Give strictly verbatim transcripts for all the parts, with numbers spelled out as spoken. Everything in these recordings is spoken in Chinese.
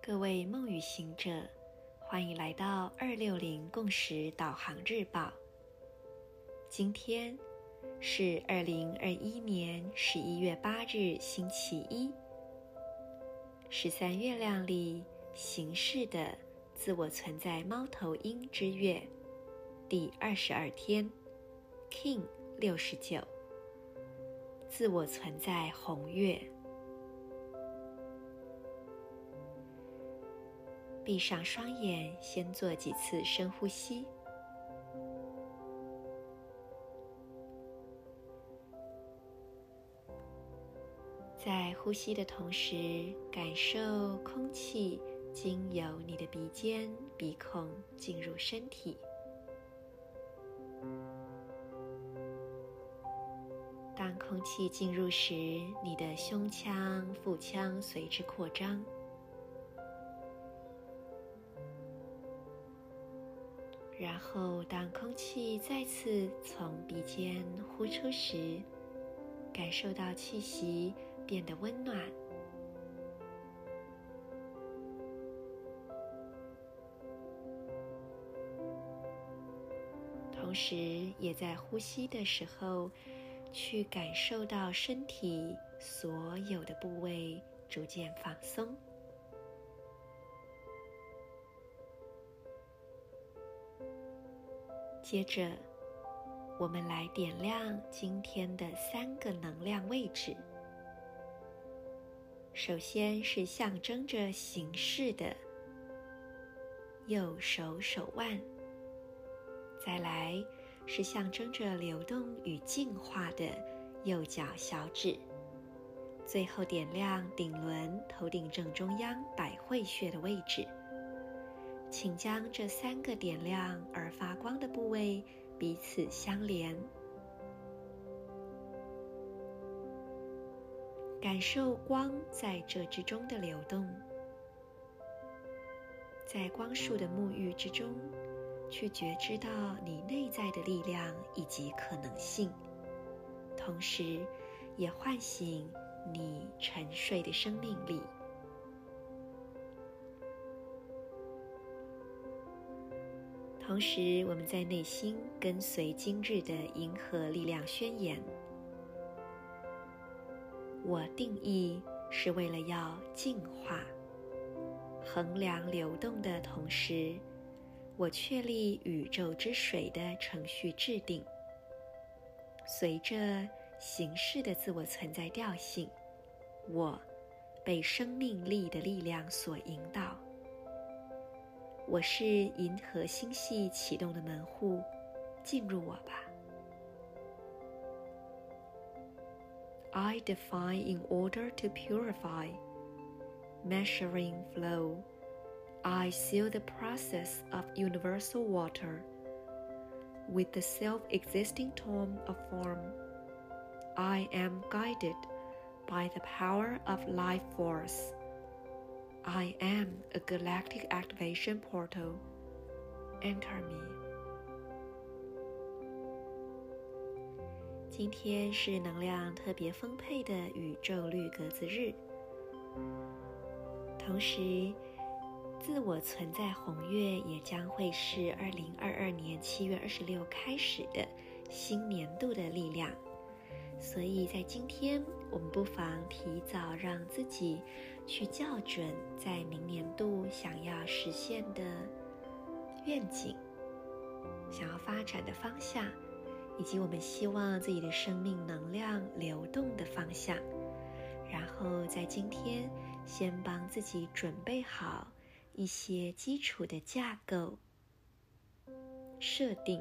各位梦与行者，欢迎来到二六零共识导航日报。今天是二零二一年十一月八日星期一，十三月亮里行事的自我存在猫头鹰之月第二十二天 King 六十九，自我存在红月。闭上双眼，先做几次深呼吸。在呼吸的同时，感受空气经由你的鼻尖、鼻孔进入身体。当空气进入时，你的胸腔、腹腔随之扩张。然后当空气再次从鼻尖呼出时，感受到气息变得温暖。同时也在呼吸的时候，去感受到身体所有的部位逐渐放松。接着，我们来点亮今天的三个能量位置。首先是象征着形式的右手手腕，再来是象征着流动与净化的右脚小指，最后点亮顶轮头顶正中央百会穴的位置。请将这三个点亮而发光的部位彼此相连，感受光在这之中的流动，在光束的沐浴之中，去觉知到你内在的力量以及可能性，同时也唤醒你沉睡的生命力。同时，我们在内心跟随今日的银河力量宣言。我定义是为了要净化、衡量流动的同时，我确立宇宙之水的程序制定。随着形式的自我存在调性，我被生命力的力量所引导。我是银河星系启动的门户，进入我吧。I define in order to purify, measuring flow. I seal the process of universal water with the self-existing tone of form. I am guided by the power of life force.I am a galactic activation portal. Enter me. 今天是能量特别丰沛的宇宙绿格子日，同时自我存在红月也将会是二零二二年七月二十六开始的新年度的力量。所以在今天，我们不妨提早让自己去校准在明年度想要实现的愿景，想要发展的方向，以及我们希望自己的生命能量流动的方向。然后在今天，先帮自己准备好一些基础的架构设定。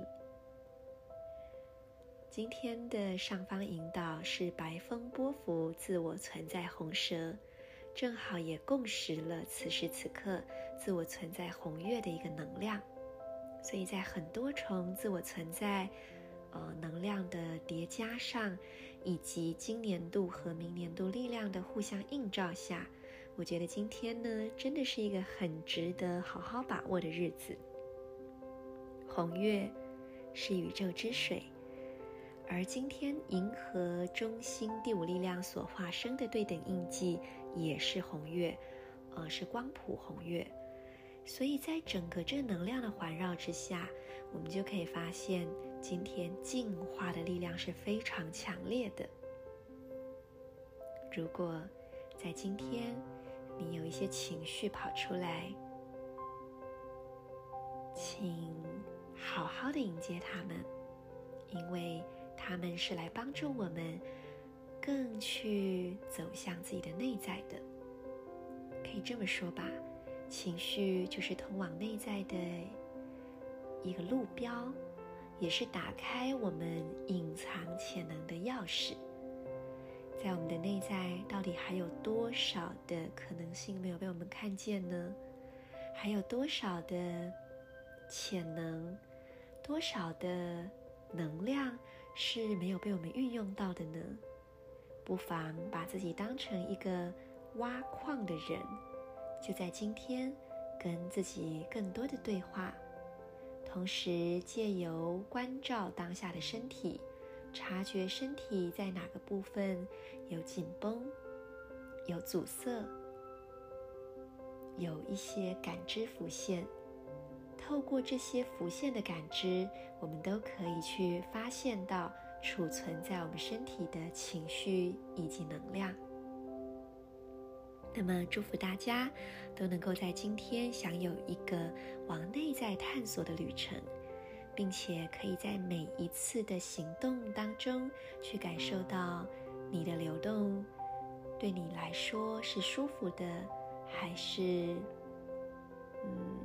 今天的上方引导是白风波符自我存在红蛇，正好也共识了此时此刻自我存在红月的一个能量。所以在很多重自我存在呃能量的叠加上，以及今年度和明年度力量的互相映照下，我觉得今天呢真的是一个很值得好好把握的日子。红月是宇宙之水，而今天银河中心第五力量所化生的对等印记也是红月，呃， 呃，是光谱红月。所以在整个正能量的环绕之下，我们就可以发现今天净化的力量是非常强烈的。如果在今天你有一些情绪跑出来，请好好的迎接他们，因为他们是来帮助我们更去走向自己的内在的。可以这么说吧，情绪就是通往内在的一个路标，也是打开我们隐藏潜能的钥匙。在我们的内在到底还有多少的可能性没有被我们看见呢？还有多少的潜能，多少的能量是没有被我们运用到的呢？不妨把自己当成一个挖矿的人，就在今天跟自己更多的对话，同时借由关照当下的身体，察觉身体在哪个部分有紧绷，有阻塞，有一些感知浮现。透过这些浮现的感知，我们都可以去发现到储存在我们身体的情绪以及能量。那么祝福大家都能够在今天享有一个往内在探索的旅程，并且可以在每一次的行动当中去感受到你的流动对你来说是舒服的，还是嗯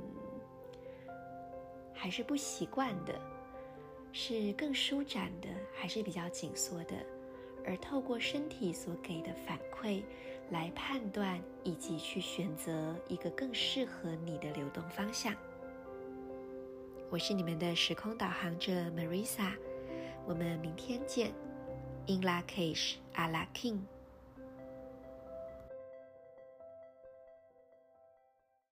还是不习惯的，是更舒展的，还是比较紧缩的，而透过身体所给的反馈来判断以及去选择一个更适合你的流动方向。我是你们的时空导航者 Marisa， 我们明天见。In La Cage, A La King。